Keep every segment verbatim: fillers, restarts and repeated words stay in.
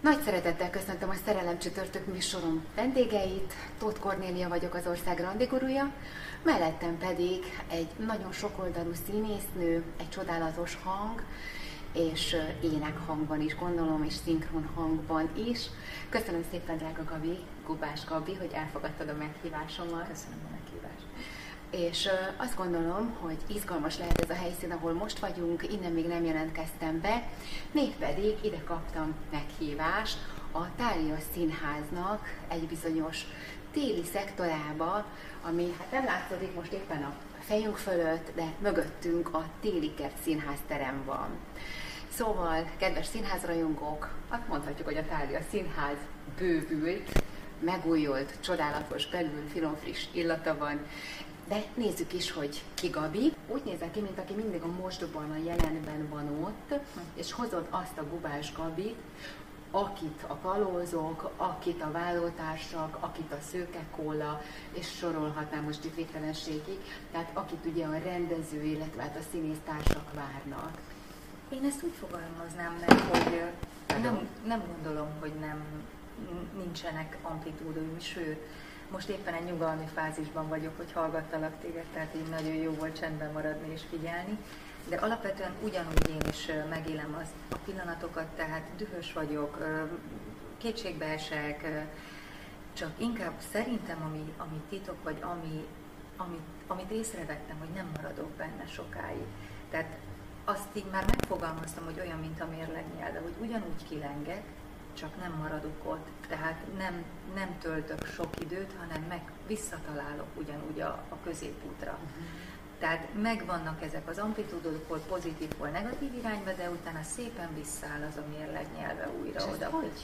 Nagy szeretettel köszöntöm a Szerelem Csütörtök műsorom vendégeit. Tóth Kornélia vagyok, az ország randigurúja, mellettem pedig egy nagyon sokoldalú színésznő, egy csodálatos hang, és énekhangban is gondolom, és szinkron hangban is. Köszönöm szépen, drága Gabi, Gubás Gabi, hogy elfogadtad a meghívásomat. Köszönöm a meghívást. És azt gondolom, hogy izgalmas lehet ez a helyszín, ahol most vagyunk, innen még nem jelentkeztem be, mégpedig ide kaptam meghívást a Thália Színháznak egy bizonyos téli szektorába, ami hát nem látszódik most éppen a fejünk fölött, de mögöttünk a Téli Kert színházterem van. Szóval, kedves színházrajongók, azt mondhatjuk, hogy a Thália Színház bővült, megújult, csodálatos, belül finom friss illata van. De nézzük is, hogy ki Gabi. Úgy nézek ki, mint aki mindig a mostban, a jelenben van ott, és hozod azt a Gubás Gabit, akit a kalózok, akit a vállótársak, akit a szőke kóla, és sorolhatnám most itt végtelenségig, tehát akit ugye a rendező, illetve hát a színésztársak várnak. Én ezt úgy fogalmaznám meg, hogy nem, nem gondolom, hogy nem nincsenek amplitúdóim, sőt, most éppen egy nyugalmi fázisban vagyok, hogy hallgattalak téged, tehát így nagyon jó volt csendben maradni és figyelni, de alapvetően ugyanúgy én is megélem az a pillanatokat, tehát dühös vagyok, kétségbe esek, csak inkább szerintem, ami, ami titok, vagy ami, amit, amit észrevettem, hogy nem maradok benne sokáig. Tehát azt így már megfogalmaztam, hogy olyan, mint a mérlegnyelve, hogy ugyanúgy kilengek, csak nem maradok ott, tehát nem, nem töltök sok időt, hanem meg visszatalálok ugyanúgy a, a középútra. Uh-huh. Tehát megvannak ezek az amplitúdók, hol pozitív, hol negatív irányba, de utána szépen visszaáll az a mérleg nyelve újra és oda. Hogy?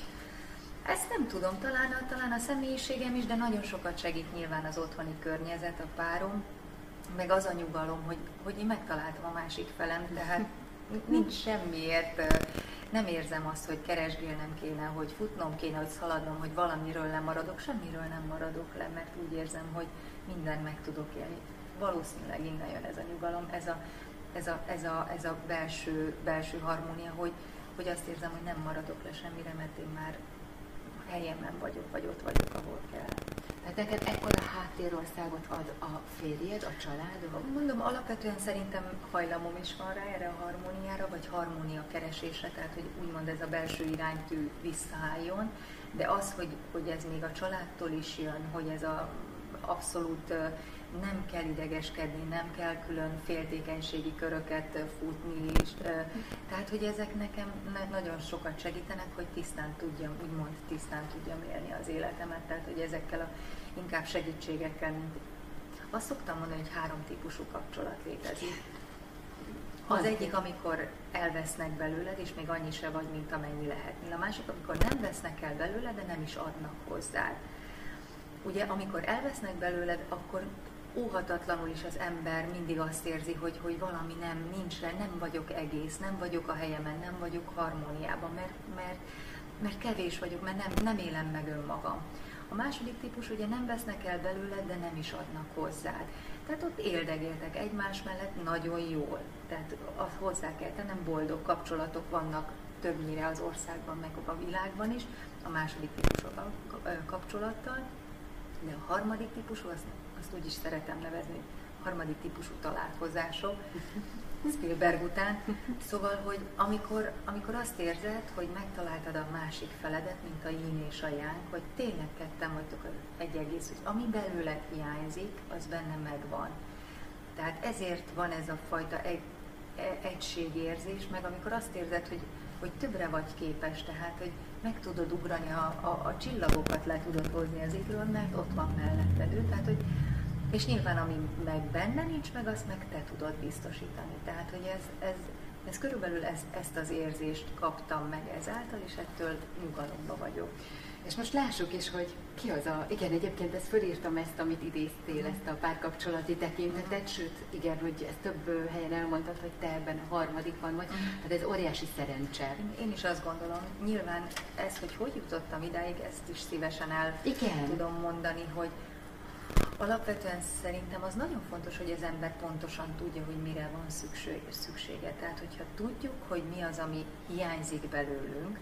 Ezt nem tudom, talán a, talán a személyiségem is, de nagyon sokat segít nyilván az otthoni környezet, a párom, meg az a nyugalom, hogy, hogy én megtaláltam a másik felem, tehát nincs semmiért. Nem érzem azt, hogy keresgélnem kéne, hogy futnom kéne, hogy szaladnom, hogy valamiről lemaradok, semmiről nem maradok le, mert úgy érzem, hogy mindent meg tudok élni. Valószínűleg innen jön ez a nyugalom, ez a, ez a, ez a, ez a belső, belső harmónia, hogy, hogy azt érzem, hogy nem maradok le semmire, mert én már helyemen vagyok, vagy ott vagyok, ahol kell. Tehát neked ekkora háttérországot ad a férjed, a családod? Mondom, alapvetően szerintem hajlamom is van rá erre a harmóniára, vagy harmónia keresésre, tehát hogy úgymond ez a belső iránytű visszaálljon, de az, hogy, hogy ez még a családtól is jön, hogy ez a abszolút nem kell idegeskedni, nem kell külön féltékenységi köröket futni is. Tehát, hogy ezek nekem nagyon sokat segítenek, hogy tisztán tudjam, úgymond tisztán tudjam élni az életemet. Tehát, hogy ezekkel a inkább segítségekkel, mint azt szoktam mondani, hogy három típusú kapcsolat létezik. Az egyik, amikor elvesznek belőled, és még annyi se vagy, mint amennyi lehetnél. A másik, amikor nem vesznek el belőled, de nem is adnak hozzád. Ugye, amikor elvesznek belőled, akkor óhatatlanul is az ember mindig azt érzi, hogy, hogy valami nem, nincs le, nem vagyok egész, nem vagyok a helyemen, nem vagyok harmóniában, mert, mert, mert kevés vagyok, mert nem, nem élem meg önmagam. A második típus ugye nem vesznek el belőled, de nem is adnak hozzád. Tehát ott éldegéltek egymás mellett nagyon jól. Tehát azt hozzá kell tennem, boldog kapcsolatok vannak többnyire az országban, meg a világban is, a második típusú kapcsolattal, de a harmadik típusú, azt, azt úgy is szeretem nevezni, a harmadik típusú találkozások, Spielberg után. Szóval, hogy amikor, amikor azt érzed, hogy megtaláltad a másik feledet, mint a yin és a yang, hogy tényleg ketten vagytok egy egész, hogy ami belőled hiányzik, az benne megvan. Tehát ezért van ez a fajta egy, egységérzés, meg amikor azt érzed, hogy, hogy többre vagy képes, tehát, hogy meg tudod ugrani, a, a, a csillagokat le tudod hozni az égről, mert ott van melletted ő, tehát, hogy és nyilván, ami meg benne nincs meg, azt meg te tudod biztosítani. Tehát, hogy ez, ez, ez körülbelül ezt, ezt az érzést kaptam meg ezáltal, és ettől nyugalomba vagyok. És most lássuk is, hogy ki az a... Igen, egyébként ezt fölírtam ezt, amit idéztél, ezt a párkapcsolati tekintetet, sőt, igen, hogy ezt több helyen elmondtad, hogy te ebben a harmadikban vagy. Tehát ez óriási szerencse. Én, én is azt gondolom. Nyilván ez, hogy hogy jutottam idáig, ezt is szívesen el igen. tudom mondani, hogy alapvetően szerintem az nagyon fontos, hogy az ember pontosan tudja, hogy mire van szükség, szüksége. Tehát, hogyha tudjuk, hogy mi az, ami hiányzik belőlünk,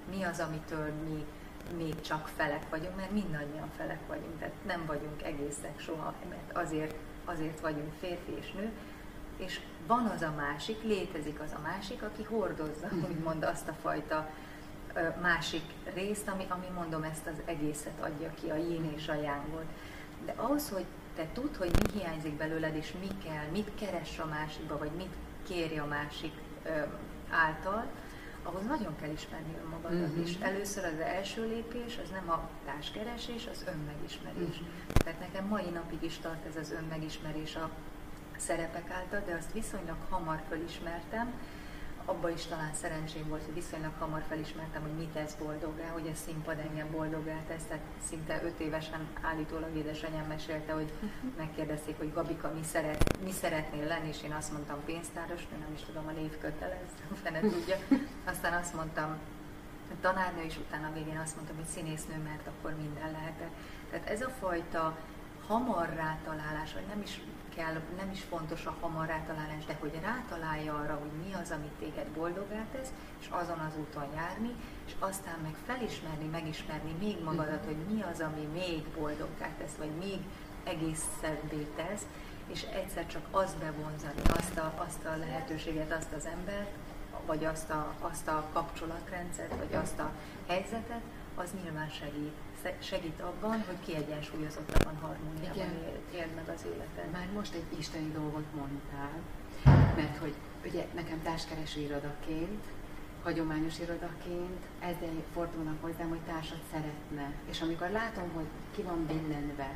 mi az, amitől mi még csak felek vagyunk, mert mindannyian felek vagyunk, tehát nem vagyunk egészek soha, mert azért, azért vagyunk férfi és nő, és van az a másik, létezik az a másik, aki hordozza, úgymond azt a fajta ö, másik részt, ami, ami mondom ezt az egészet adja ki, a yin és a yangot. De ahhoz, hogy te tudd, hogy mi hiányzik belőled, és mi kell, mit keres a másikba, vagy mit kérj a másik ö, által, ahhoz nagyon kell ismerni önmagadat, mm-hmm. és először az első lépés, az nem a társkeresés, az önmegismerés. Mm-hmm. Tehát nekem mai napig is tart ez az önmegismerés a szerepek által, de azt viszonylag hamar felismertem, abban is talán szerencsém volt, hogy viszonylag hamar felismertem, hogy mit tesz boldoggá, hogy a színpad engem boldoggá tesz, tehát szinte öt évesen állítólag édesanyám mesélte, hogy megkérdezték, hogy Gabika, mi, szeret, mi szeretnél lenni, és én azt mondtam pénztáros, nem is tudom, a név kötelez, fene tudja. Aztán azt mondtam tanárnő, és utána a végén azt mondtam, hogy színésznő, mert akkor minden lehetek. Tehát ez a fajta hamar rátalálás, vagy nem is kell, nem is fontos a hamar rátalálás, de hogy rátalálja arra, hogy mi az, amit téged boldoggá tesz, és azon az úton járni, és aztán meg felismerni, megismerni még magadat, hogy mi az, ami még boldoggá tesz, vagy még egészebbé tesz, és egyszer csak azt bevonzani, azt a, azt a lehetőséget, azt az embert, vagy azt a, azt a kapcsolatrendszert, vagy azt a helyzetet, az nyilván segít. Segít abban, hogy kiegyensúlyozottabban, harmóniában éld meg az életed. Már most egy isteni dolgot mondtál, mert hogy ugye nekem társkereső irodaként, hagyományos irodaként ezzel fordulnak hozzám, hogy társat szeretne. És amikor látom, hogy ki van billenve,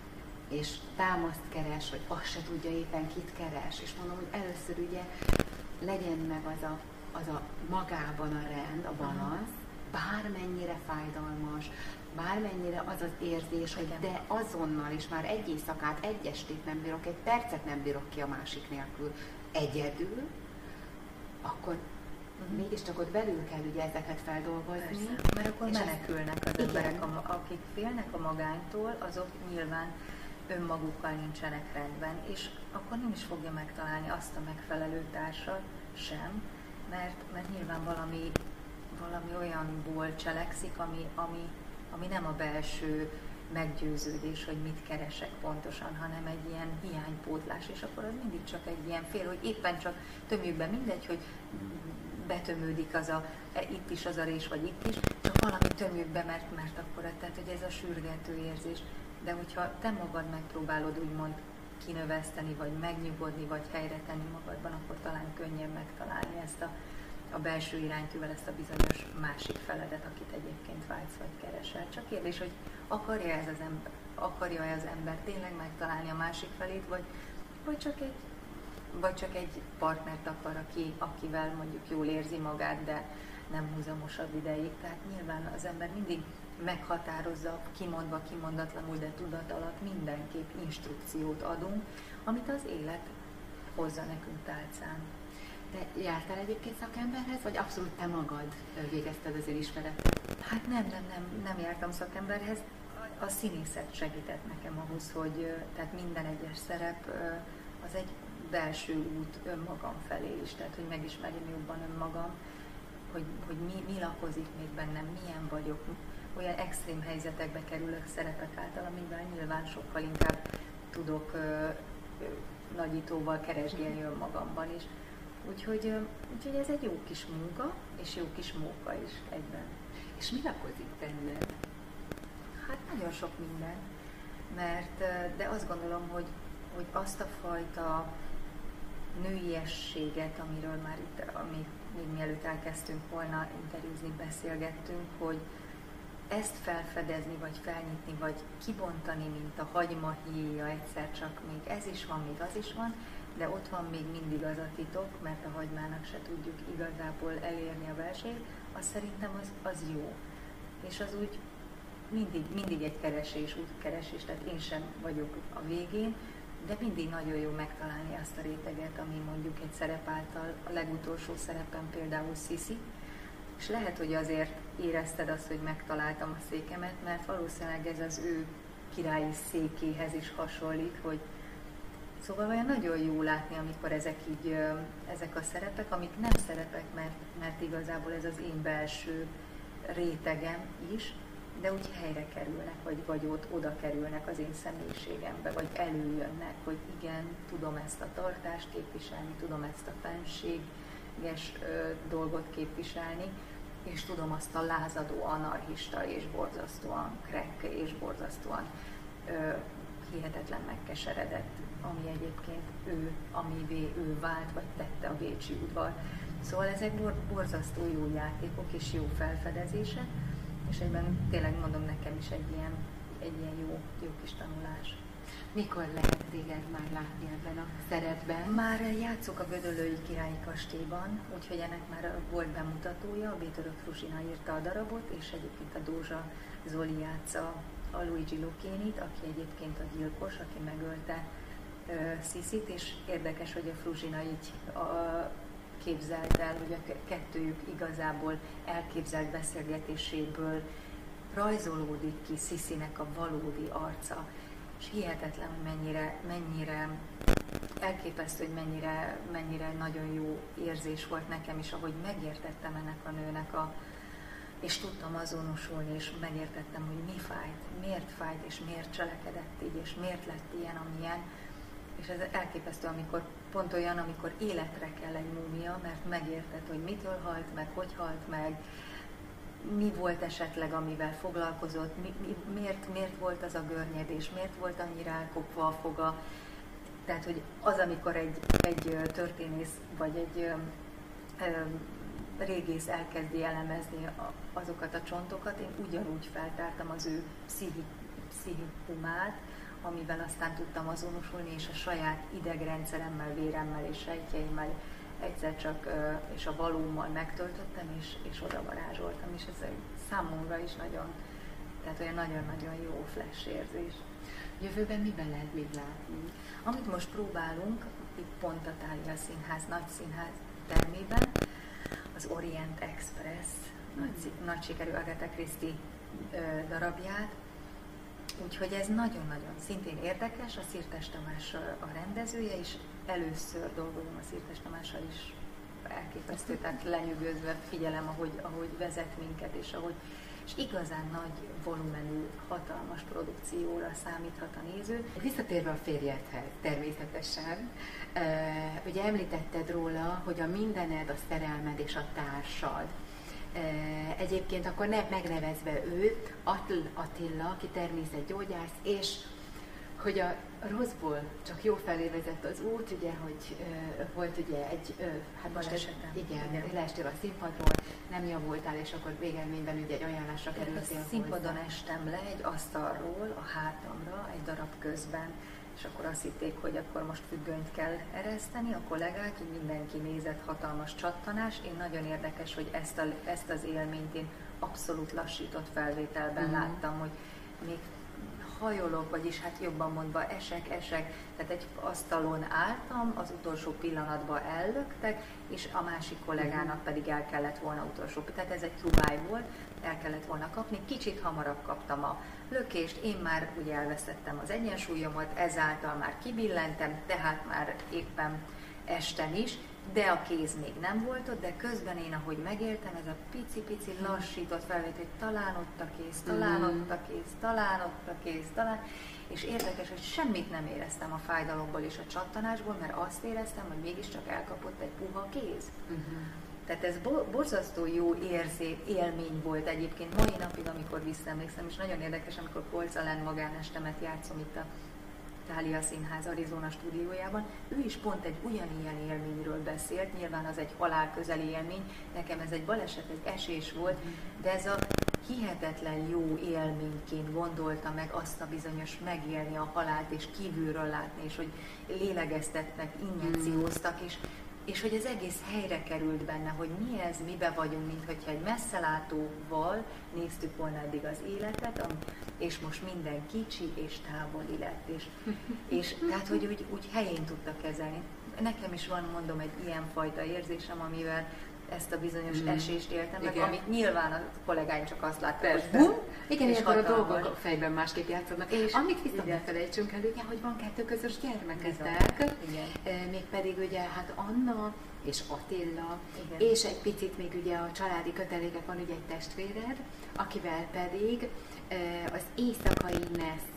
és támaszt keres, vagy azt se tudja éppen kit keres, és mondom, hogy először ugye legyen meg az a, az a magában a rend, a balansz, bármennyire fájdalmas, bármennyire az az érzés, hogy de azonnal, és már egy éjszakát, egy estét nem bírok, egy percet nem bírok ki a másik nélkül egyedül, akkor uh-huh. mégiscsak ott belül kell ugye ezeket feldolgozni. Persze, mert akkor menekülnek az emberek, akik félnek a magánytól, azok nyilván önmagukkal nincsenek rendben, és akkor nem is fogja megtalálni azt a megfelelő társat sem, mert, mert nyilván valami, valami olyanból cselekszik, ami, ami ami nem a belső meggyőződés, hogy mit keresek pontosan, hanem egy ilyen hiánypótlás, és akkor az mindig csak egy ilyen fél, hogy éppen csak tömjük be, mindegy, hogy betömődik az a, itt is az a rés, vagy itt is, csak valami tömjük be, mert, mert akkor, tehát hogy ez a sürgető érzés. De hogyha te magad megpróbálod úgymond kinöveszteni, vagy megnyugodni, vagy helyre tenni magadban, akkor talán könnyebb megtalálni ezt a a belső iránytűvel, ezt a bizonyos másik feledet, akit egyébként vágysz vagy keresel. Csak kérdés, hogy akarja ez az ember, akarja ez az ember tényleg megtalálni a másik felét, vagy, vagy, csak egy, vagy csak egy partnert akar, aki, akivel mondjuk jól érzi magát, de nem húzamosabb ideig. Tehát nyilván az ember mindig meghatározza, kimondva, kimondatlanul, de tudat alatt mindenképp instrukciót adunk, amit az élet hozza nekünk tálcán. Te jártál egyébként szakemberhez, vagy abszolút te magad végezted az önismeretet? Hát nem, nem, nem, nem jártam szakemberhez. A színészet segített nekem ahhoz, hogy tehát minden egyes szerep az egy belső út önmagam felé is, tehát hogy megismerjem jobban önmagam, hogy, hogy mi, mi lakozik még bennem, milyen vagyok, olyan extrém helyzetekbe kerülök szerepek által, amivel nyilván sokkal inkább tudok ö, ö, nagyítóval keresgélni önmagamban is. Úgyhogy, úgyhogy ez egy jó kis munka, és jó kis móka is egyben. És mi lakozik benned? Hát nagyon sok minden, mert, de azt gondolom, hogy, hogy azt a fajta nőiességet, amiről már itt, amit még mielőtt elkezdtünk volna interjúzni, beszélgettünk, hogy ezt felfedezni, vagy felnyitni, vagy kibontani, mint a hagyma híja egyszer csak még ez is van, még az is van, de ott van még mindig az a titok, mert a hagymának se tudjuk igazából elérni a belsejét, az szerintem az, az jó. És az úgy mindig, mindig egy keresés, útkeresés, tehát én sem vagyok a végén, de mindig nagyon jó megtalálni azt a réteget, ami mondjuk egy szerep által, a legutolsó szerepem például Sisi, és lehet, hogy azért érezted azt, hogy megtaláltam a székemet, mert valószínűleg ez az ő királyi székéhez is hasonlít, hogy szóval olyan nagyon jó látni, amikor ezek így, ezek a szerepek, amik nem szerepek, mert, mert igazából ez az én belső rétegem is, de úgy helyre kerülnek, vagy, vagy ott oda kerülnek az én személyiségembe, vagy előjönnek, hogy igen, tudom ezt a tartást képviselni, tudom ezt a fenséges ö, dolgot képviselni, és tudom azt a lázadó, anarchista és borzasztóan krekke és borzasztóan ö, hihetetlen megkeseredett, ami egyébként ő, amivé ő vált, vagy tette a bécsi udvar. Szóval ezek borzasztó jó játékok és jó felfedezések, és egyben tényleg mondom, nekem is egy ilyen, egy ilyen jó, jó kis tanulás. Mikor lehet téged már látni ebben a szerepben? Már játszok a Gödöllői Királyi Kastélyban, úgyhogy ennek már volt bemutatója, a Bétörök Fruzsina írta a darabot, és egyébként a Dózsa Zoli játsza a Luigi Lucchini-t, aki egyébként a gyilkos, aki megölte uh, Sziszit, és érdekes, hogy a Fruzsina így uh, képzelt el, hogy a kettőjük igazából elképzelt beszélgetéséből rajzolódik ki Sziszinek a valódi arca. És hihetetlen, hogy mennyire, mennyire elképesztő, hogy mennyire, mennyire nagyon jó érzés volt nekem is, ahogy megértettem ennek a nőnek a, és tudtam azonosulni, és megértettem, hogy mi fájt, miért fájt, és miért cselekedett így, és miért lett ilyen, amilyen. És ez elképesztő, amikor pont olyan, amikor életre kell egy múmia, mert megérted, hogy mitől halt meg, hogy halt meg, mi volt esetleg, amivel foglalkozott, mi, mi, miért, miért volt az a görnyedés, miért volt annyira elkopva a foga. Tehát, hogy az, amikor egy, egy történész vagy egy ö, ö, régész elkezdi elemezni azokat a csontokat, én ugyanúgy feltártam az ő pszichi, pszichikumát, amivel aztán tudtam azonosulni, és a saját idegrendszeremmel, véremmel és sejtjeimmel egyszer csak, és a valómmal megtöltöttem, és, és oda varázsoltam, és ez számomra is nagyon, tehát olyan nagyon-nagyon jó flash érzés. Jövőben miben lehet még látni? Amit most próbálunk, itt pont a Thália Színház, nagy színház termében, az Orient Express, mm. nagy, nagy sikerű Agatha Christie darabját, úgyhogy ez nagyon-nagyon szintén érdekes, a Szirtes Tamás a rendezője, és először dolgozom a Szirtes Tamással is, elképesztő, tehát lenyűgözve figyelem, ahogy, ahogy vezet minket, és ahogy és igazán nagy volumenű, hatalmas produkcióra számíthat a néző. Visszatérve a férjedhez, természetesen, ugye említetted róla, hogy a mindened, a szerelmed és a társad. Egyébként akkor ne, megnevezve őt, Attl Attila, aki természetgyógyász, és hogy a rosszból csak jó felé vezet az út, ugye, hogy uh, volt ugye egy, uh, hát most ez, igen, igen. leestél a színpadról, nem javultál, és akkor végeredményben ugye egy ajánlásra kerültél. A színpadon hozzá. Estem le egy asztalról a hátamra egy darab közben, és akkor azt hitték, hogy akkor most függönyt kell ereszteni, a kollégák, így mindenki nézett, hatalmas csattanás. Én nagyon érdekes, hogy ezt, a, ezt az élményt én abszolút lassított felvételben mm-hmm. láttam, hogy még hajolok, vagyis hát jobban mondva esek, esek, tehát egy asztalon álltam, az utolsó pillanatban ellöktek, és a másik kollégának pedig el kellett volna utolsó, tehát ez egy trubáj volt, el kellett volna kapni, kicsit hamarabb kaptam a lökést, én már ugye elvesztettem az egyensúlyomat, ezáltal már kibillentem, tehát már éppen estem is, de a kéz még nem volt ott, de közben én, ahogy megéltem, ez a pici-pici lassított felvétel, hogy talán ott a kéz, talán ott a kéz, talán ott a kéz, talán, és érdekes, hogy semmit nem éreztem a fájdalomból és a csattanásból, mert azt éreztem, hogy mégiscsak elkapott egy puha kéz. Uh-huh. Tehát ez borzasztó jó érzé, élmény volt egyébként mai napig, amikor visszaemlékszem, és nagyon érdekes, amikor Polc Alen magánestemet játszom itt a Thália Színház Arizona stúdiójában, ő is pont egy ugyanilyen élményről beszélt, nyilván az egy halálközeli élmény, nekem ez egy baleset, egy esés volt, de ez a hihetetlen jó élményként gondolta meg azt a bizonyos megélni a halált, és kívülről látni, és hogy lélegeztetnek, injekcióztak, és, és hogy az egész helyre került benne, hogy mi ez, mibe vagyunk, mint hogyha egy messzelátóval néztük volna eddig az életet, és most minden kicsi és távoli lett, és, és tehát, hogy úgy, úgy helyén tudta kezelni. Nekem is van, mondom, egy ilyen fajta érzésem, amivel ezt a bizonyos mm. esést éltem, meg, amit nyilván a kollégáim csak azt látták, hogy bum, igen, és akkor a dolgok a fejben másképp játszódnak. És amit viszont igen. ne felejtsünk el, ugye, hogy van kettő közös gyermeketek, mégpedig ugye hát Anna és Attila, igen. és egy picit még ugye a családi kötelékek, van ugye egy testvéred, akivel pedig az éjszakai Nesz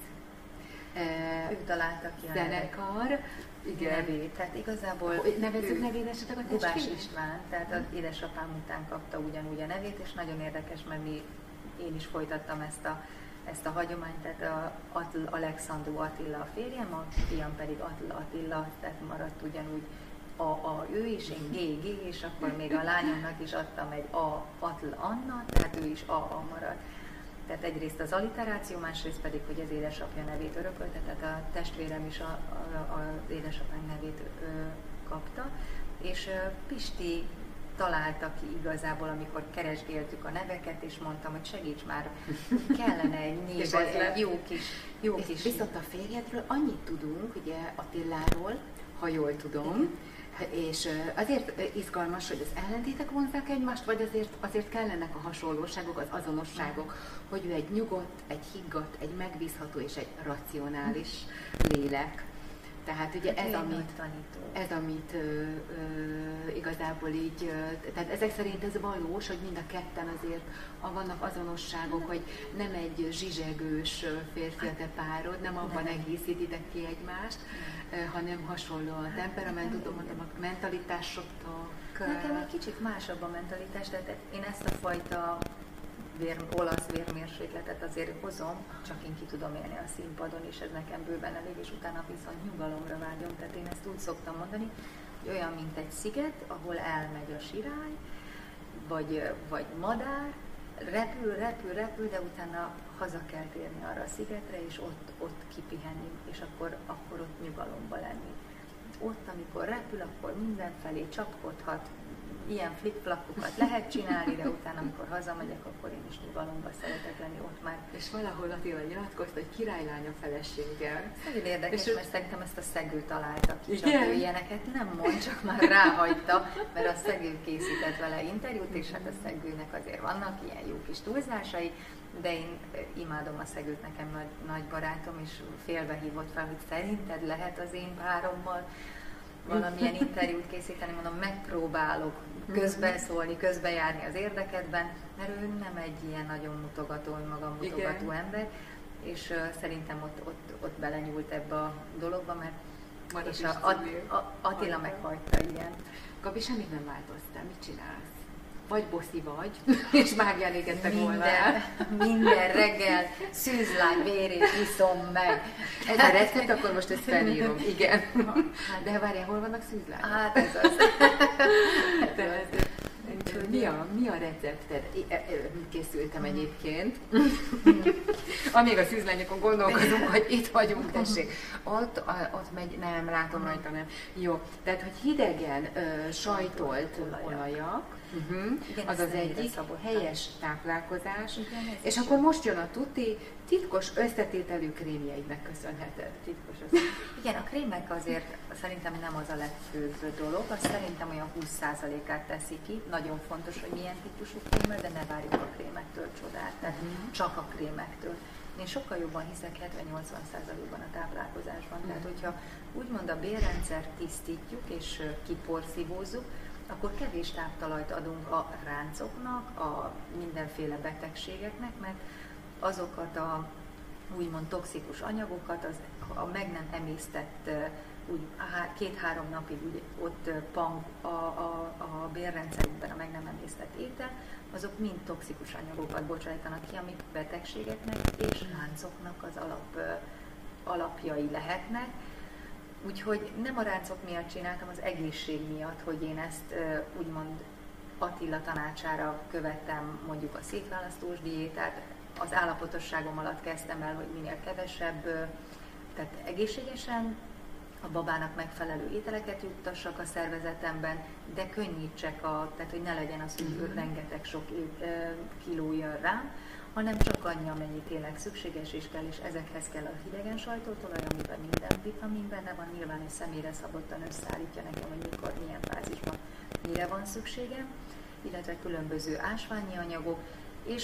ő találta ki a zenekar, igen. nevét. Tehát igazából nevezzük nevét esetleg a Gubás testvéred? István, tehát az édesapám után kapta ugyanúgy a nevét, és nagyon érdekes, mert mi, én is folytattam ezt a, ezt a hagyományt, tehát a Atl, Alexandru Attila a férjem, a fiam pedig Atl Attila, tehát maradt ugyanúgy a, a ő is, én G G, és akkor még a lányomnak is adtam egy A Atl Anna, tehát ő is A A maradt. Tehát egyrészt az alliteráció, másrészt pedig, hogy az édesapja nevét örökölte, tehát a testvérem is a, a, a édesapám nevét ö, kapta, és ö, Pisti találta ki igazából, amikor keresgéltük a neveket, és mondtam, hogy segíts már, kellene egy név, egy jó kis... Jó kis viszont a férjedről annyit tudunk, ugye Attiláról, ha jól tudom, igen. És azért izgalmas, hogy az ellentétek vonzák egymást, vagy azért, azért kellenek a hasonlóságok, az azonosságok, hogy ő egy nyugodt, egy higgadt, egy megbízható és egy racionális lélek. Tehát ugye ez, amit, ez, amit ö, ö, igazából így, ö, tehát ezek szerint ez valós, hogy mind a ketten azért vannak azonosságok, hogy nem egy zsizsegős férfi a te párod, nem abban egészítitek ki egymást, ö, hanem hasonló a temperamentutok, a mentalitásotok. Nekem egy kicsit másabb a mentalitás, tehát én ezt a fajta Vér, olasz vérmérsékletet azért hozom, csak én ki tudom élni a színpadon, és ez nekem bőven elég, és utána viszont nyugalomra vágyom. Tehát én ezt úgy szoktam mondani, hogy olyan, mint egy sziget, ahol elmegy a sirály, vagy, vagy madár, repül, repül, repül, de utána haza kell térni arra a szigetre, és ott, ott kipihenni, és akkor, akkor ott nyugalomba lenni. Ott, amikor repül, akkor mindenfelé csapkodhat, ilyen flip-flapokat lehet csinálni, de utána, amikor hazamegyek, akkor én is nyugalomba szeretek lenni ott már. És valahol Attila nyilatkozta, hogy királylánya feleséggel. Nagyon érdekes, és mert szerintem ezt a Szegő találta ki, csak ő ilyeneket nem mond, csak már ráhagyta, mert a Szegő készített vele interjút, és hát a Szegőnek azért vannak ilyen jó kis túlzásai, de én imádom a Szegőt, nekem nagy, nagy barátom, és félbe hívott fel, hogy szerinted lehet az én párommal valamilyen interjút készíteni, mondom, megpróbálok közbeszólni, közbejárni az érdekedben, mert ő nem egy ilyen nagyon mutogató, magam mutogató igen. ember, és uh, szerintem ott, ott, ott belenyúlt ebbe a dologba, mert és a, a, a, Attila meghagyta, igen. Gabi, semmit nem változtál, mit csinálsz? Vagy boszi vagy, és vágjál égettek volna. Minden reggel szűzlány vérét iszom meg. Ez a recept, akkor most ezt felírom. Igen. De várjál, hol vannak szűzlányok? Hát ez az. Mi a, mi a recepted? Készültem egyébként. Amíg a szűzlányokon gondolkozunk, hogy itt vagyunk, tessék. Ott, ott megy, nem, látom rajta, nem. Jó, tehát, hogy hidegen uh, sajtolt olajak, Uh-huh. Igen, az az egyik, helyes táplálkozás, igen, és akkor most jön a tuti, titkos összetételű krémjeidnek köszönheted. Titkos összetételű. Igen, a krémek azért szerintem nem az a legfőbb dolog, azt szerintem olyan húsz százalékát teszi ki. Nagyon fontos, hogy milyen típusú krémmel, de ne várjuk a krémektől csodát, tehát uh-huh. csak a krémektől. Én sokkal jobban hiszek hetven-nyolcvan százalékban a táplálkozásban, uh-huh. tehát hogyha úgymond a bélrendszert tisztítjuk és kiporszívózzuk, akkor kevés táptalajt adunk a ráncoknak, a mindenféle betegségeknek, mert azokat a úgymond toxikus anyagokat, az, a meg nem emésztett úgy két-három napig úgy ott pang a, a, a bélrendszerükben a meg nem emésztett étel, azok mind toxikus anyagokat bocsájtanak ki, amik betegségeknek és ráncoknak az alap, alapjai lehetnek. Úgyhogy nem a ráncok miatt csináltam, az egészség miatt, hogy én ezt úgymond Attila tanácsára követtem mondjuk a szétválasztós diétát. Az állapotosságom alatt kezdtem el, hogy minél kevesebb, tehát egészségesen a babának megfelelő ételeket juttassak a szervezetemben, de könnyítsek, a, tehát hogy ne legyen az, hogy mm-hmm. rengeteg sok kiló jön rám, hanem csak annyi, amennyi tényleg szükséges és kell, és ezekhez kell a hidegen sajtótolaj, amiben minden vitamin benne van, nyilván egy személyre szabottan összeállítja nekem, hogy mikor, milyen fázisban mire van szükségem, illetve különböző ásványi anyagok, és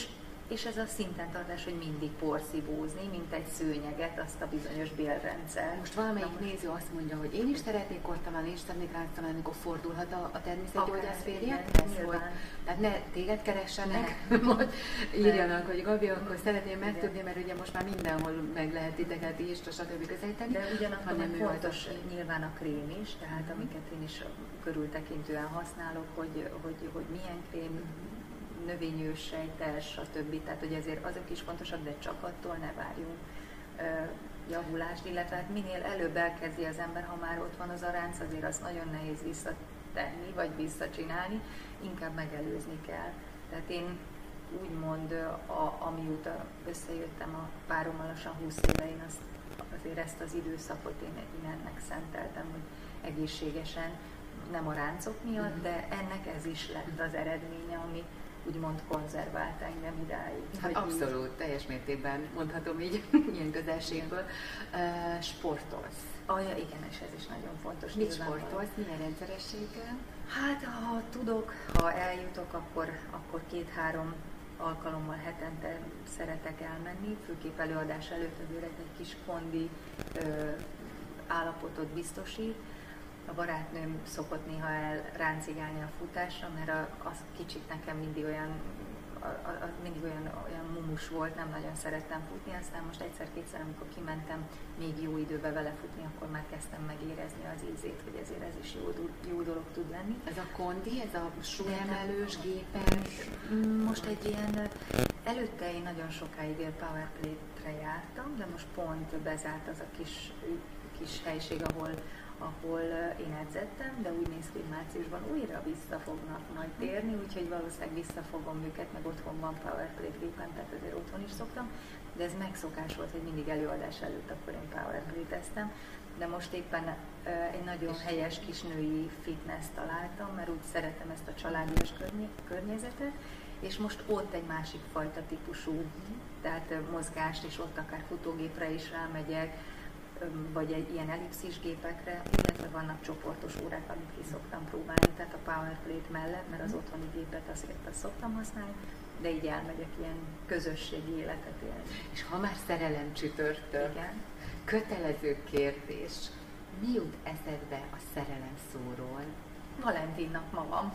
és ez a szinten tartás, hogy mindig porszívózni, mint egy szőnyeget, azt a bizonyos bélrendszer. Most valamelyik most... néző azt mondja, hogy én is szeretnék kortalan, én is szeretnék ránctalan, amikor fordulhat a, a természetgyógyász férjekhez, hogy tehát ne téged keressenek, vagy írjanak, hogy Gabi, akkor szeretném megtudni, mert ugye most már mindenhol meg lehet titeket is, stb. Közelíteni. De ugyanakkor nem fontos nyilván a krém is, tehát amiket én is körültekintően használok, hogy, hogy, hogy milyen krém, növényős, sejtes, stb. Tehát, hogy ezért azok is fontosak, de csak attól ne várjunk uh, javulást, illetve hát minél előbb elkezdi az ember, ha már ott van az a ránc, azért az nagyon nehéz visszatenni, vagy visszacsinálni, inkább megelőzni kell. Tehát én úgymond, a, amióta összejöttem a párommal lassan húsz éve, én azt, azért ezt az időszakot én, én ennek szenteltem, hogy egészségesen, nem a ráncok miatt, de ennek ez is lett az eredménye, ami úgymond konzervált engem idáig. Hát abszolút, így... teljes mértékben mondhatom így, ilyen közelségből. Uh, sportolsz? Ah, ja, igen, és ez is nagyon fontos. Mit sportolsz? Milyen rendszerességgel? Hát, ha tudok, ha eljutok, akkor, akkor két-három alkalommal hetente szeretek elmenni, főképp előadás előtt azért egy kis kondi ö, állapotot biztosít. A barátnőm szokott néha elráncigálni a futásra, mert az kicsit nekem mindig olyan, a, a, mindig olyan, olyan mumus volt, nem nagyon szerettem futni, aztán most egyszer-kétszer, amikor kimentem még jó időbe vele futni, akkor már kezdtem megérezni az ízét, hogy ezért ez is jó, jó dolog tud lenni. Ez a kondi, ez a súlyemelős, gépes? Most egy ilyen, előtte én nagyon sokáig powerplate-re jártam, de most pont bezárt az a kis, kis helység, ahol ahol én edzettem, de úgy néz ki, hogy márciusban újra vissza fognak majd térni, úgyhogy valószínűleg visszafogom őket, meg otthon van powerplate gépen, tehát azért otthon is szoktam, de ez megszokás volt, hogy mindig előadás előtt akkor én powerplate-eztem, de most éppen egy nagyon helyes kis női fitness találtam, mert úgy szeretem ezt a családias környezetet, és most ott egy másik fajta típusú, tehát mozgást, és ott akár futógépre is rámegyek, vagy egy ilyen ellipszis gépekre, illetve vannak csoportos órák, amit ki szoktam próbálni, tehát a powerplate mellett, mert az otthoni gépet azért azt szoktam használni, de így elmegyek ilyen közösségi életet élni. És ha már szerelem csütörtök, igen. Kötelező kérdés, mi jut eszedbe a szerelem szóról? Valentin nap ma van.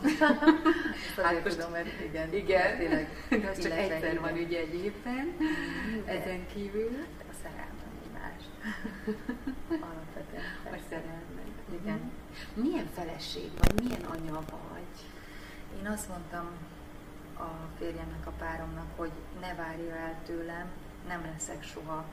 Hát most tudom, mert igen, igen. Tényleg, de az csak egyszer igen. Van ugye egy évben, ezen kívül. A szerelem más. Alapvetően a szerelmet. Igen. Mm. Milyen feleség vagy, milyen anya vagy? Én azt mondtam a férjemnek, a páromnak, hogy ne várja el tőlem, nem leszek soha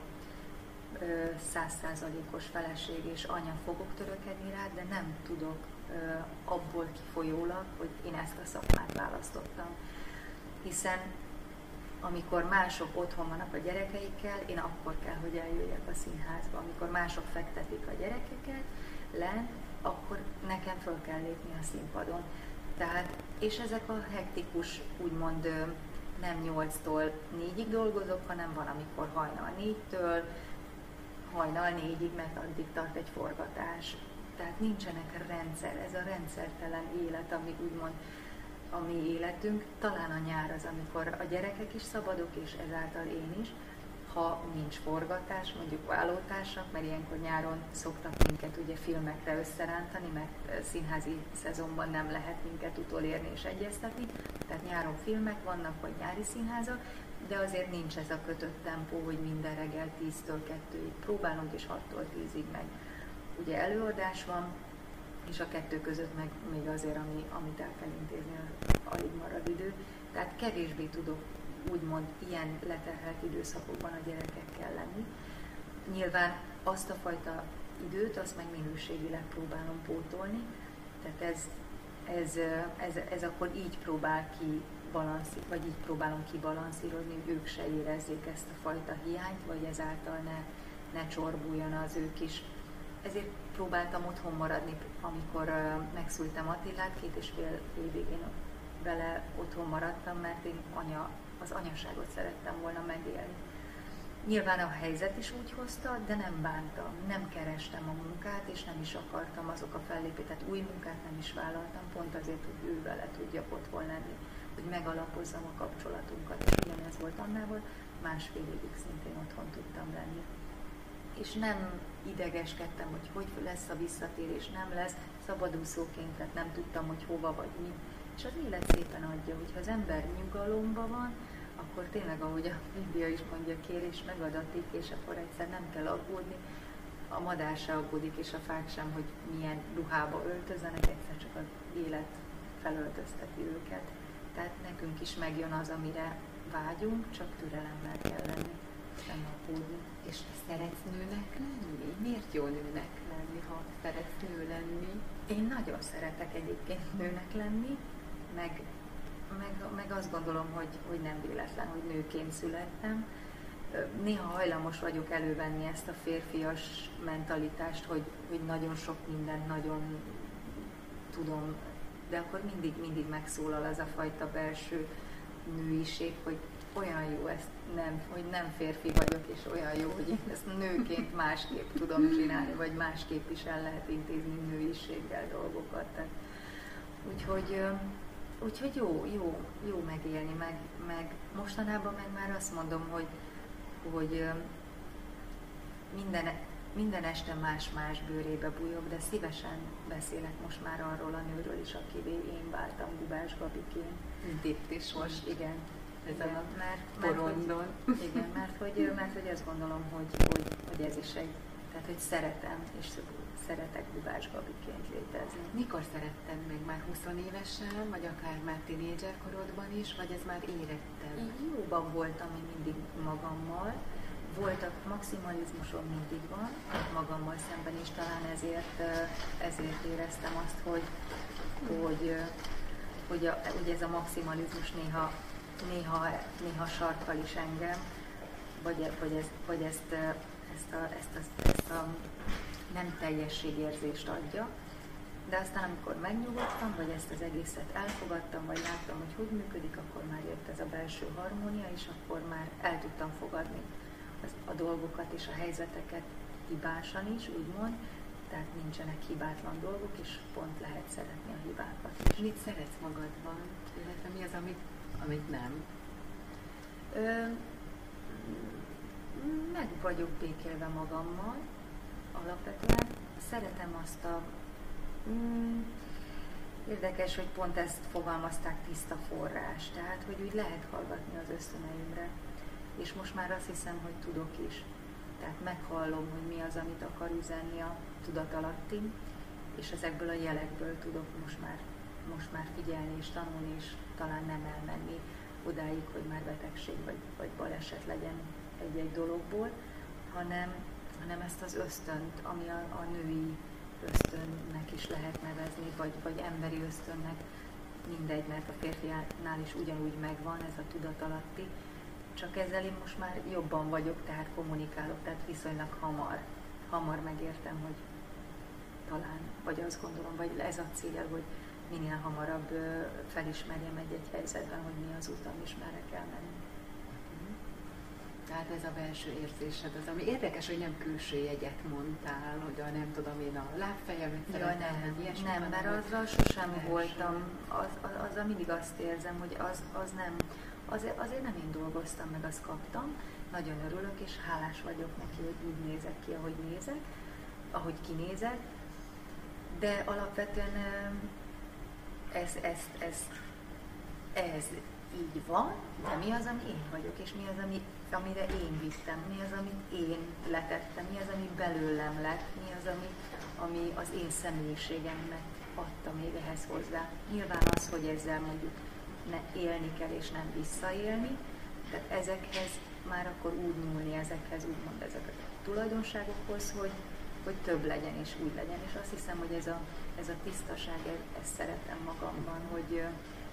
százszázalékos feleség és anya, fogok törekedni rá, de nem tudok ö, abból kifolyólag, hogy én ezt a szakmát választottam. Hiszen amikor mások otthon vannak a gyerekeikkel, én akkor kell, hogy eljöjjek a színházba. Amikor mások fektetik a gyerekeket le, akkor nekem föl kell lépni a színpadon. Tehát, és ezek a hektikus, úgymond nem nyolctól négyig dolgozok, hanem van, amikor hajnal négytől hajnal négyig, mert addig tart egy forgatás. Tehát nincsenek rendszer, ez a rendszertelen élet, ami úgymond a mi életünk. Talán a nyár az, amikor a gyerekek is szabadok, és ezáltal én is, ha nincs forgatás, mondjuk vállótársak, mert ilyenkor nyáron szoktak minket ugye filmekre összerántani, mert színházi szezonban nem lehet minket utolérni és egyeztetni, tehát nyáron filmek vannak, vagy nyári színházak, de azért nincs ez a kötött tempó, hogy minden reggel tíztől kettőig próbálunk, és hattól tízig meg ugye előadás van, és a kettő között meg még azért, ami, amit el kell intézni, alig marad idő. Tehát kevésbé tudok úgymond ilyen leterhelt időszakokban a gyerekekkel lenni. Nyilván azt a fajta időt, azt meg minőségileg próbálom pótolni, tehát ez, ez, ez, ez akkor így próbál ki balanszí, vagy így próbálom kibalanszírozni, hogy ők se érezzék ezt a fajta hiányt, vagy ezáltal ne, ne csorbuljon az ők is. Ezért próbáltam otthon maradni, amikor uh, megszültem Attilát, két és fél évig én vele otthon maradtam, mert én anya, az anyaságot szerettem volna megélni. Nyilván a helyzet is úgy hozta, de nem bántam, nem kerestem a munkát, és nem is akartam azok a fellépéseket, új munkát nem is vállaltam, pont azért, hogy ő vele tudjak otthon lenni. hogy megalapozzam a kapcsolatunkat. És ugyanez volt Annával, másfél évig szintén otthon tudtam lenni. És nem idegeskedtem, hogy hogy lesz a visszatérés, nem lesz, szabadúszóként, tehát nem tudtam, hogy hova vagy mi. És az élet szépen adja, hogyha az ember nyugalomban van, akkor tényleg, ahogy a Biblia is mondja, kérés megadatik, és akkor egyszer nem kell aggódni. A madár se aggódik, és a fák sem, hogy milyen ruhába öltözzenek, egyszer csak az élet felöltözteti őket. Tehát nekünk is megjön az, amire vágyunk, csak türelemmel kell lenni, nem aggódni. És szeretsz nőnek lenni? Miért jó nőnek lenni, ha szeretsz nő lenni? Én nagyon szeretek egyébként nőnek lenni, meg, meg, meg azt gondolom, hogy, hogy nem véletlen, hogy nőként születtem. Néha hajlamos vagyok elővenni ezt a férfias mentalitást, hogy, hogy nagyon sok mindent nagyon tudom, de akkor mindig, mindig megszólal az a fajta belső nőiség, hogy olyan jó ezt nem, hogy nem férfi vagyok, és olyan jó, hogy én ezt nőként másképp tudom csinálni, vagy másképp is el lehet intézni nőiséggel dolgokat. Tehát, úgyhogy, úgyhogy jó, jó, jó megélni, meg, meg mostanában meg már azt mondom, hogy, hogy minden, minden este más-más bőrébe bújok, de szívesen beszélek most már arról a nőről is, akivé én váltam Gubás Gabiként. Itt is most, igen. Ezen a mert, porondon. Mert, igen, mert hogy, mert hogy azt gondolom, hogy, hogy, hogy ez is egy, tehát hogy szeretem, és szeretek Gubás Gabiként létezni. Mikor szeretted meg? Már húsz évesen, vagy akár már tínédzser korodban is, vagy ez már éretted? Jóban voltam én mindig magammal, voltak maximalizmusom mindig van, magammal szemben is, talán ezért, ezért éreztem azt, hogy, hogy, hogy, a, hogy ez a maximalizmus néha Néha, néha sarkal is engem, vagy, vagy, ez, vagy ezt, ezt, a, ezt, a, ezt a nem teljességérzést adja. De aztán, amikor megnyugodtam, vagy ezt az egészet elfogadtam, vagy láttam, hogy hogy működik, akkor már jött ez a belső harmónia, és akkor már el tudtam fogadni az, a dolgokat és a helyzeteket hibásan is, úgymond. Tehát nincsenek hibátlan dolgok, és pont lehet szeretni a hibákat. És mit szeretsz magadban? Illetve mi az, amit amit nem? Ö, meg vagyok békélve magammal, alapvetően. Szeretem azt a... Mm, érdekes, hogy pont ezt fogalmazták, tiszta forrás, tehát, hogy úgy lehet hallgatni az ösztöneimre. És most már azt hiszem, hogy tudok is. Tehát meghallom, hogy mi az, amit akar üzenni a tudatalattim, és ezekből a jelekből tudok most már most már figyelni és tanulni, és talán nem elmenni odáig, hogy már betegség vagy, vagy baleset legyen egy-egy dologból, hanem, hanem ezt az ösztönt, ami a, a női ösztönnek is lehet nevezni, vagy, vagy emberi ösztönnek, mindegy, mert a férfiánál is ugyanúgy megvan ez a tudatalatti, csak ezzel én most már jobban vagyok, tehát kommunikálok, tehát viszonylag hamar, hamar megértem, hogy talán, vagy azt gondolom, vagy ez a cél, hogy minél hamarabb felismerjem egy-egy helyzetben, hogy mi az út, és merre kell menni. Tehát ez a belső érzésed az, ami érdekes, hogy nem külső jegyet mondtál, hogy a nem tudom én a lábfejemet szeretem, nem, hogy ilyesmi, nem, mert azzal sosem belső. voltam, az, az, azzal mindig azt érzem, hogy az, az nem, az, azért nem én dolgoztam, meg azt kaptam, nagyon örülök, és hálás vagyok neki, hogy úgy nézek ki, ahogy nézek, ahogy kinézek, de alapvetően Ez, ez, ez, ez így van, de mi az, ami én vagyok, és mi az, ami, amire én vittem, mi az, amit én letettem, mi az, ami belőlem lett, mi az, ami, ami az én személyiségemnek adta még ehhez hozzá. Nyilván az, hogy ezzel mondjuk ne élni kell, és nem visszaélni, tehát ezekhez már akkor úgy nyúlni, ezekhez úgymond ezeket a tulajdonságokhoz, hogy hogy több legyen és úgy legyen. És azt hiszem, hogy ez a, ez a tisztaság, ezt szeretem magamban, hogy,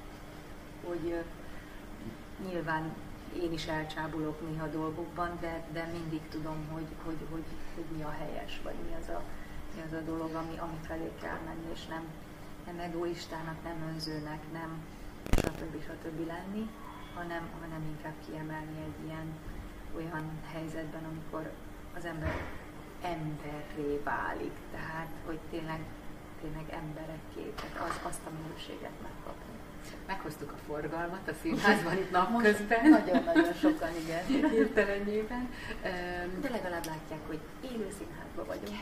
hogy nyilván én is elcsábulok néha dolgokban, de, de mindig tudom, hogy, hogy, hogy, hogy mi a helyes, vagy mi az a, mi az a dolog, ami, ami felé kell menni, és nem, nem egoistának, nem önzőnek, nem stb. stb. Lenni, hanem, hanem inkább kiemelni egy ilyen olyan helyzetben, amikor az ember emberré válik, tehát hogy tényleg, tényleg emberekké, tehát az, azt a minőséget megkapni. meghoztuk a forgalmat a színházban itt napközben. Nagyon-nagyon sokan, igen. Hirtelenjében. De legalább látják, hogy élő színházban vagyunk.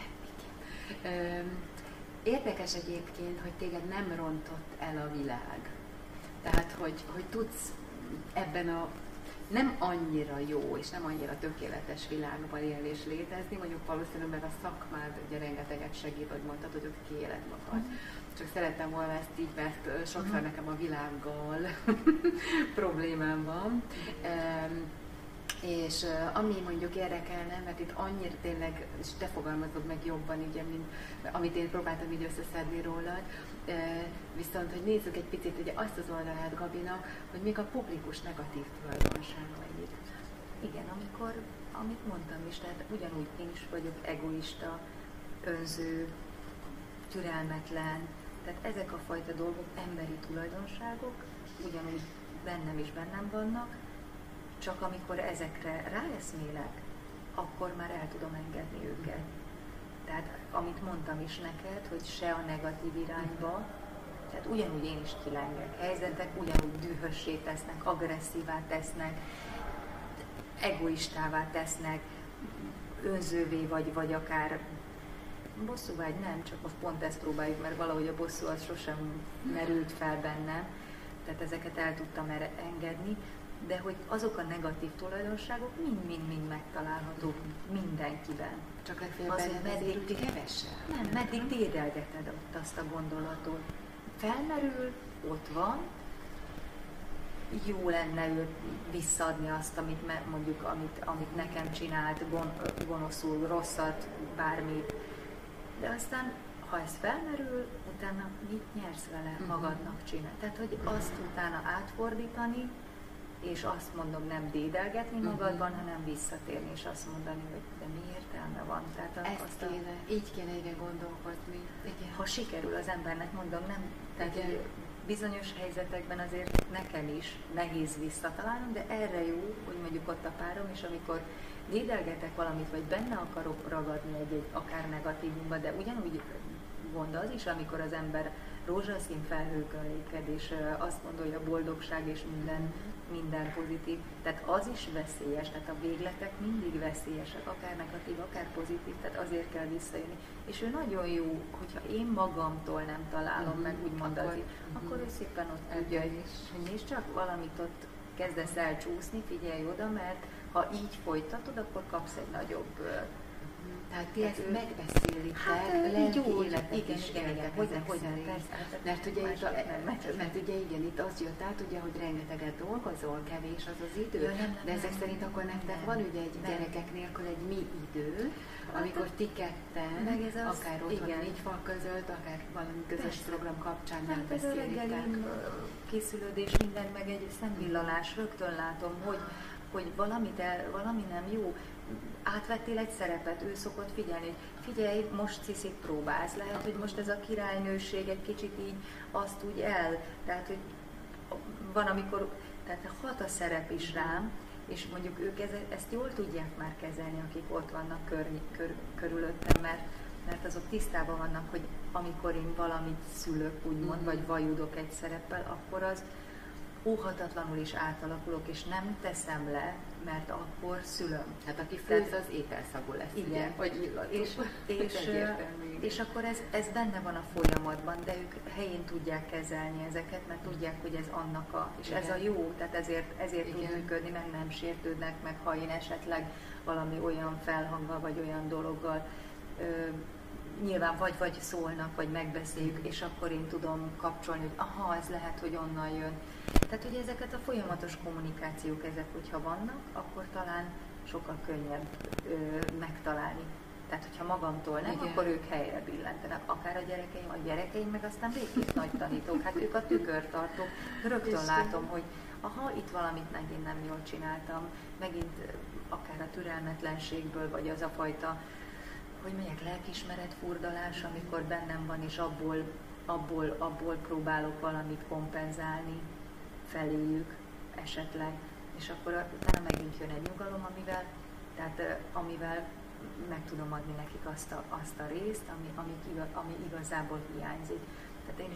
Érdekes egyébként, hogy téged nem rontott el a világ. Tehát, hogy, hogy tudsz ebben a nem annyira jó és nem annyira tökéletes világban élni és létezni, mondjuk valószínűleg mert a szakmád ugye rengeteget segít, hogy mondtad, hogy ott kiéled magad. Mm. Csak szerettem volna ezt így, mert sokszor mm. nekem a világgal problémám van. Um, és uh, ami mondjuk érdekelne, mert itt annyira tényleg, és te fogalmazod meg jobban, ugye, mint amit én próbáltam így összeszedni rólad, uh, viszont, hogy nézzük egy picit ugye azt az oldalát Gabinak, hogy még a publikus negatív tulajdonságaid. Igen, amikor, amit mondtam is, tehát ugyanúgy én is vagyok egoista, önző, türelmetlen, tehát ezek a fajta dolgok, emberi tulajdonságok, ugyanúgy bennem is bennem vannak, csak amikor ezekre ráeszmélek, akkor már el tudom engedni őket. Tehát amit mondtam is neked, hogy se a negatív irányba, tehát ugyanúgy én is kilengek. Helyzetek ugyanúgy dühössé tesznek, agresszívá tesznek, egoistává tesznek, önzővé vagy, vagy akár bosszúvágy nem, csak most pont ezt próbáljuk, mert valahogy a bosszú az sosem merült fel bennem, tehát ezeket el tudtam erre engedni, de hogy azok a negatív tulajdonságok mind-mind-mind megtalálhatók mindenkiben. Csak legfeljebb az, hogy meddig kevesebb. Nem, meddig dédelgeted ott azt a gondolatot. Felmerül, ott van, jó lenne őt visszaadni azt, amit mondjuk, amit, amit nekem csinált, gon, gonoszul, rosszat, bármit. De aztán, ha ez felmerül, utána mit nyersz vele magadnak csinálni? Tehát, hogy azt utána átfordítani, és azt mondom, nem dédelgetni magadban, uh-huh. hanem visszatérni, és azt mondani, hogy de mi értelme van. Tehát ezt azt kéne, a... így kéne igen gondolkodni. Igen. Ha sikerül az embernek, mondom, nem, tehát bizonyos helyzetekben azért nekem is nehéz visszatalálnom, de erre jó, hogy mondjuk ott a párom, és amikor dédelgetek valamit, vagy benne akarok ragadni egy-egy akár negatívumba, de ugyanúgy gond az is, amikor az ember rózsaszín felhőkön lépked, és azt gondolja, boldogság és minden, minden pozitív. Tehát az is veszélyes, tehát a végletek mindig veszélyesek, akár negatív, akár pozitív, tehát azért kell visszajönni. És ő nagyon jó, hogyha én magamtól nem találom uh-huh. meg, úgymond akkor, azért, uh-huh. akkor ő szépen ott tudja, hogy nézd csak valamit ott kezdesz elcsúszni, figyelj oda, mert ha így folytatod, akkor kapsz egy nagyobb... Tehát ti ezt megbeszélitek, hát, lelki életet igen, is igen, igen, hogyan, hogyan, persze, mert ugye, itt a, mert, mert ugye igen, itt az jött át, ugye, hogy rengeteget dolgozol, kevés az az idő, ja, nem, nem, de ezek nem, szerint akkor nektek van ugye egy nem. gyerekek nélkül egy mi idő, amikor ti ketten, az, akár otthon négy fal között, akár valami közös persze. program kapcsán hát megbeszélitek. Ez a reggelin készülődés, minden meg egy szemvillalás, rögtön látom, hogy, hogy valamit el, valami nem jó. Átvettél egy szerepet, ő szokott figyelni, hogy figyelj, most ciszit próbálsz, lehet, hogy most ez a királynőség egy kicsit így azt úgy el, tehát, hogy van, amikor, tehát hat a szerep is rám, és mondjuk ők ezt jól tudják már kezelni, akik ott vannak kör, kör, körülöttem, mert, mert azok tisztában vannak, hogy amikor én valamit szülök, úgymond, vagy vajudok egy szereppel, akkor az óhatatlanul is átalakulok, és nem teszem le, mert akkor szülöm. Hát aki főz, az ételszagú lesz, igen, ugye? Vagy illatú. És, és, és akkor ez, ez benne van a folyamatban, de ők helyén tudják kezelni ezeket, mert tudják, hogy ez annak a... És igen. ez a jó, tehát ezért, ezért tud működni, meg nem sértődnek meg, ha én esetleg valami olyan felhanggal, vagy olyan dologgal ö, nyilván vagy, vagy szólnak, vagy megbeszéljük, és akkor én tudom kapcsolni, hogy aha, ez lehet, hogy onnan jön. Tehát, hogy ezeket a folyamatos kommunikációk, ezek, hogyha vannak, akkor talán sokkal könnyebb ö, megtalálni. Tehát, hogyha magamtól nem, igen. akkor ők helyre billentenek. Akár a gyerekeim, a gyerekeim meg aztán végképp nagy tanítók. Hát ők a tükörtartók. Rögtön látom, hogy aha, itt valamit megint nem jól csináltam. Megint akár a türelmetlenségből, vagy az a fajta, hogy mondják, lelkiismeret furdalás, amikor bennem van, és abból, abból, abból próbálok valamit kompenzálni feléjük esetleg, és akkor utána megint jön egy nyugalom, amivel, tehát, amivel meg tudom adni nekik azt a, azt a részt, ami, ami, igaz, ami igazából hiányzik. Tehát én is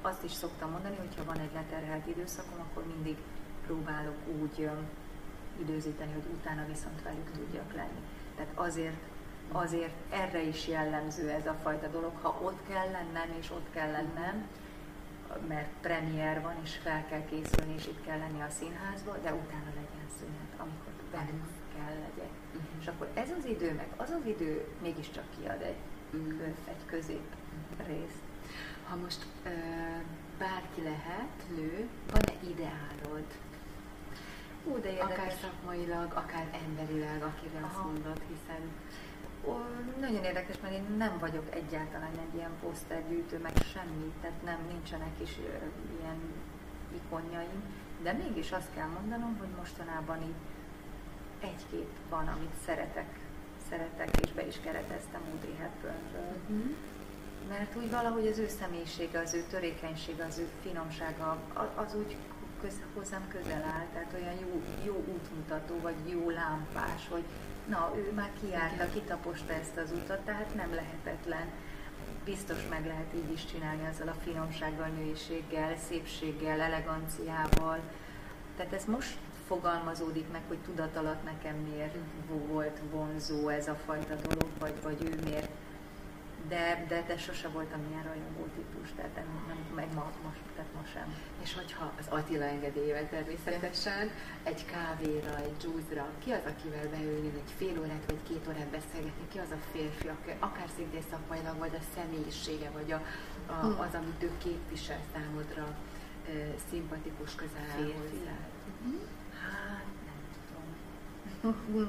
azt is szoktam mondani, hogy ha van egy leterhelt időszakom, akkor mindig próbálok úgy ö, időzíteni, hogy utána viszont velük tudjak lenni. Tehát azért, azért erre is jellemző ez a fajta dolog, ha ott kell lennem, és ott kell lennem, mert premier van, és fel kell készülni, és itt kell lenni a színházba, de utána legyen szünet, amikor velük kell legyek. Uh-huh. És akkor ez az idő, meg az az idő mégiscsak kiad egy, uh-huh. egy közép részt. Ha most uh, bárki lehet, nő, van-e ideálod? Ú, de érdekes. Akár szakmailag, akár emberileg, akire Aha. azt mondod, hiszen... Ó, nagyon érdekes, mert én nem vagyok egyáltalán egy ilyen posztergyűjtő, meg semmi, tehát nem, nincsenek is ö, ilyen ikonjaim, de mégis azt kell mondanom, hogy mostanában így egy-két van, amit szeretek, szeretek, és be is kereteztem Audrey Hepburnről. Uh-huh. Mert úgy valahogy az ő személyisége, az ő törékenysége, az ő finomsága, az úgy köz, hozzám közel áll, tehát olyan jó, jó útmutató, vagy jó lámpás, hogy na, ő már kijárta, kitaposta ezt az utat, tehát nem lehetetlen. Biztos meg lehet így is csinálni azzal a finomsággal, nőiséggel, szépséggel, eleganciával. Tehát ez most fogalmazódik meg, hogy tudat alatt nekem miért volt vonzó ez a fajta dolog, vagy, vagy ő miért. De, de, de sose voltam ilyen rajongó típus, tehát nem, nem, meg ma, most, tehát ma sem. És hogyha az Attila engedélyével természetesen egy kávéra, egy dzsúzra, ki az, akivel beülni egy fél órát vagy két órát beszélgetni, ki az a férfi, akár szintén szakmailag, vagy a személyisége, vagy a, a, hmm. az, amit ő képvisel számodra, e, szimpatikus, közel hozzá? Hmm. Hát, nem tudom.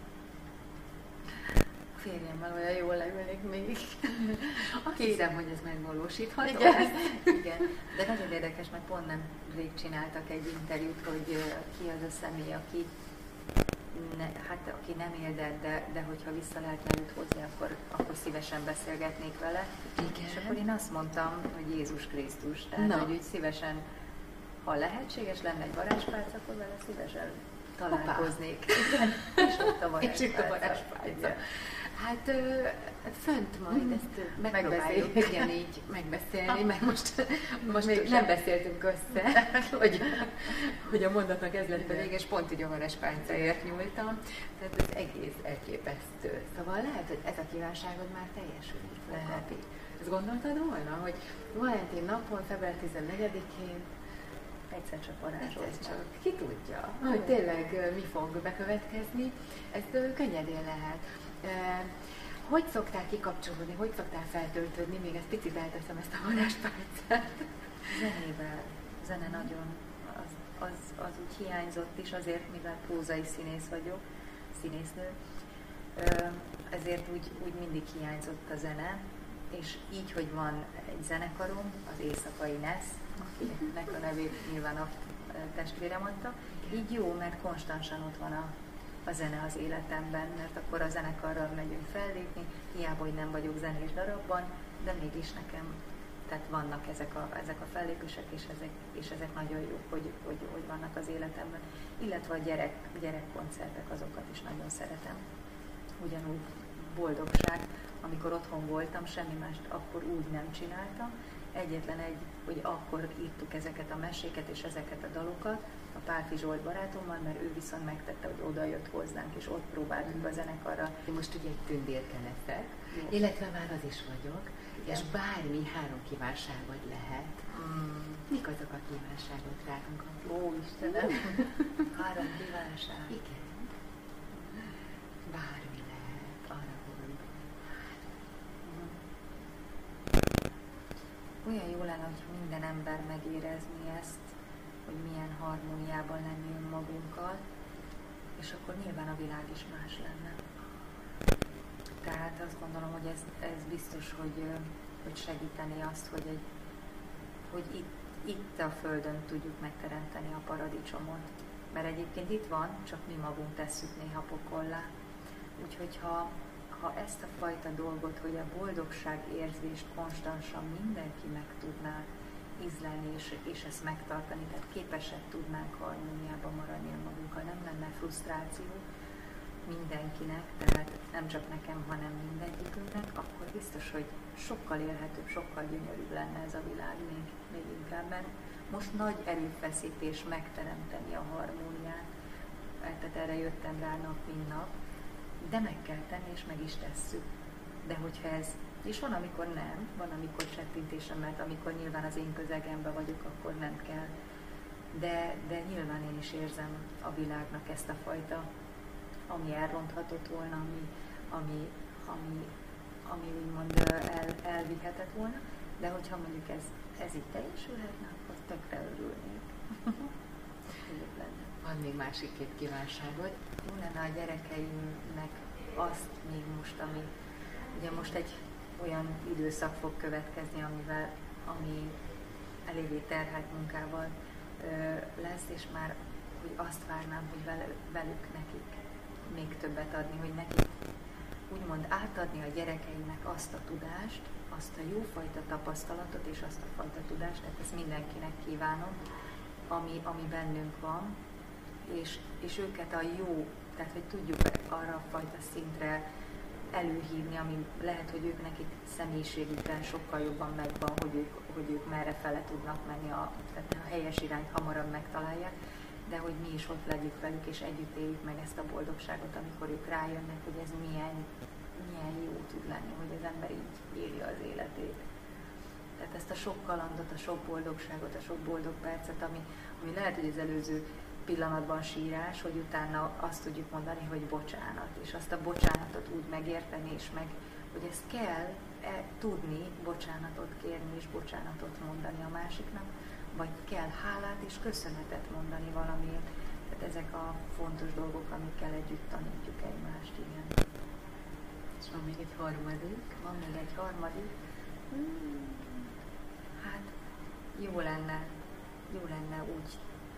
Férjemmel olyan jól leülnék még. Azt hiszem, hogy ez megvalósítható. Igen. Igen. De nagyon érdekes, mert pont nem rég csináltak egy interjút, hogy ki az a személy, aki, ne, hát, aki nem él, de, de, de hogyha vissza lehetne őt hozni, akkor, akkor szívesen beszélgetnék vele. Igen. És akkor én azt mondtam, hogy Jézus Krisztus. Tehát, Na. hogy úgy szívesen, ha lehetséges lenne egy varázspálca, akkor vele szívesen találkoznék. Igen. És ott a varázspálca. Hát ö, fönt majd mm. ezt megbeszéljük, igen, így megbeszélni, mert most, most nem beszéltünk össze, hogy, hogy a mondatnak ez lett a vége, és pont így a varázspálcáért nyúltam, tehát ez egész elképesztő. Szóval lehet, hogy ez a kívánságod már teljesülni fog. Lehet. Ezt gondoltad volna, hogy Valentin napon, február tizennegyedikén egyszer csak varázsolsz. Ki tudja, hogy tényleg mi fog bekövetkezni, ez könnyedén lehet. Hogy szoktál kikapcsolódni, hogy szoktál feltöltődni, még ezt picit elteszem ezt a varázspálcát? Zenével. Zene nagyon, az, az, az úgy hiányzott is, azért, mivel prózai színész vagyok, színésznő, ezért úgy, úgy mindig hiányzott a zene, és így, hogy van egy zenekarom, az Éjszakai Nesz, akinek a nevét nyilván a testvérem adta, így jó, mert konstansan ott van a a zene az életemben, mert akkor a zenekarral megyünk fellépni, hiába, hogy nem vagyok zenés darabban, de mégis nekem, tehát vannak ezek a, ezek a fellépések, és ezek, és ezek nagyon jók, hogy, hogy, hogy vannak az életemben. Illetve a gyerek, gyerekkoncertek, azokat is nagyon szeretem. Ugyanúgy boldogság, amikor otthon voltam, semmi mást akkor úgy nem csináltam. Egyetlen egy, hogy akkor írtuk ezeket a meséket és ezeket a dalokat, a Pálfi Zsolt barátommal, mert ő viszont megtette, hogy oda jött hozzánk, és ott próbáltunk a zenekarra. Én most ugye egy tündérke leszek, illetve már az is vagyok, igen. És bármi három kívánságod lehet. Mm. Mik azok a kívánságok, drágunk? Ó, Istenem! Három kívánság? Igen. Bármi lehet, arra gondolom. Olyan jó lenne, hogyha minden ember megérezni ezt, hogy milyen harmóniában lenni önmagunkkal, és akkor nyilván a világ is más lenne. Tehát azt gondolom, hogy ez, ez biztos, hogy, hogy segíteni azt, hogy, egy, hogy itt, itt a Földön tudjuk megteremteni a paradicsomot. Mert egyébként itt van, csak mi magunk tesszük néha pokollá. Úgyhogy ha, ha ezt a fajta dolgot, hogy a boldogság érzést konstansan mindenki meg tudná ízlelni, és, és ezt megtartani, tehát képesek tudnánk harmóniában maradni önmagunkkal, nem lenne frusztráció, mindenkinek, tehát nem csak nekem, hanem mindegyikünknek, akkor biztos, hogy sokkal élhetőbb, sokkal gyönyörűbb lenne ez a világ még, még inkább, mert most nagy erőfeszítés megteremteni a harmóniát, tehát erre jöttem rá nap, mint nap, de meg kell tenni, és meg is tesszük. De hogyha ez, és van, amikor nem, van, amikor csettintésem, mert amikor nyilván az én közegemben vagyok, akkor nem kell. De, de nyilván én is érzem a világnak ezt a fajta, ami elronthatott volna, ami, ami, ami, ami úgymond el, elvihetett volna, de hogyha mondjuk ez, ez így teljesülhetne, akkor tökre örülnék. Jobb lenne. Van még másik két kívánságod? Jó lenne a gyerekeimnek azt még most, ami ugye most egy olyan időszak fog következni, amivel, ami eléggé terhelt munkával ö, lesz, és már hogy azt várnám, hogy velük, velük nekik még többet adni, hogy nekik úgymond átadni a gyerekeimnek azt a tudást, azt a jófajta tapasztalatot és azt a fajta tudást, tehát ezt mindenkinek kívánom, ami, ami bennünk van, és, és őket a jó, tehát hogy tudjuk arra a fajta szintre előhívni, ami lehet, hogy ők nekik személyiségükben sokkal jobban megvan, hogy ők, hogy ők merre fele tudnak menni, a, tehát a helyes irányt hamarabb megtalálják, de hogy mi is ott legyünk velük, és együtt éljük meg ezt a boldogságot, amikor ők rájönnek, hogy ez milyen, milyen jó tud lenni, hogy az ember így éli az életét. Tehát ezt a sok kalandot, a sok boldogságot, a sok boldog percet, ami, ami lehet, hogy az előző pillanatban sírás, hogy utána azt tudjuk mondani, hogy bocsánat, és azt a bocsánatot úgy megérteni, és meg, hogy ezt kell e, tudni, bocsánatot kérni, és bocsánatot mondani a másiknak, vagy kell hálát és köszönetet mondani valamiért. Tehát ezek a fontos dolgok, amikkel együtt tanítjuk egymást, igen. És van még egy harmadik? Van még egy harmadik. Hmm. Hát jó lenne, jó lenne úgy,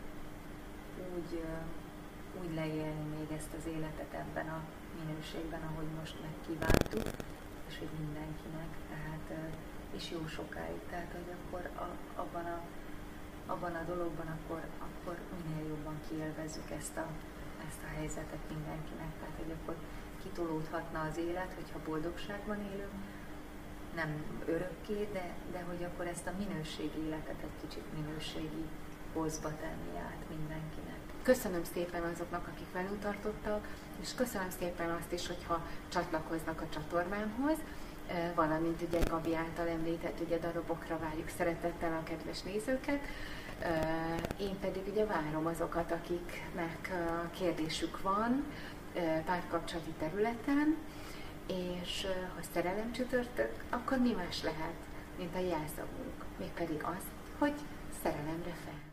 úgy, úgy leélni még ezt az életet ebben a minőségben, ahogy most megkívántuk, és hogy mindenkinek, tehát, és jó sokáig. Tehát, hogy akkor a, abban, a, abban a dologban akkor, akkor minél jobban kiélvezzük ezt a, ezt a helyzetet mindenkinek. Tehát, hogy akkor kitolódhatna az élet, hogyha boldogságban élünk, nem örökké, de, de hogy akkor ezt a minőségi életet egy kicsit minőségi hozba tenni át mindenkinek. Köszönöm szépen azoknak, akik velünk tartottak, és köszönöm szépen azt is, hogyha csatlakoznak a csatornámhoz, valamint ugye Gabi által említett ugye darabokra várjuk szeretettel a kedves nézőket. Én pedig ugye várom azokat, akiknek kérdésük van párkapcsolati területen, és ha szerelem csütörtök, akkor mi más lehet, mint a jelszavunk, mégpedig az, hogy szerelemre fel.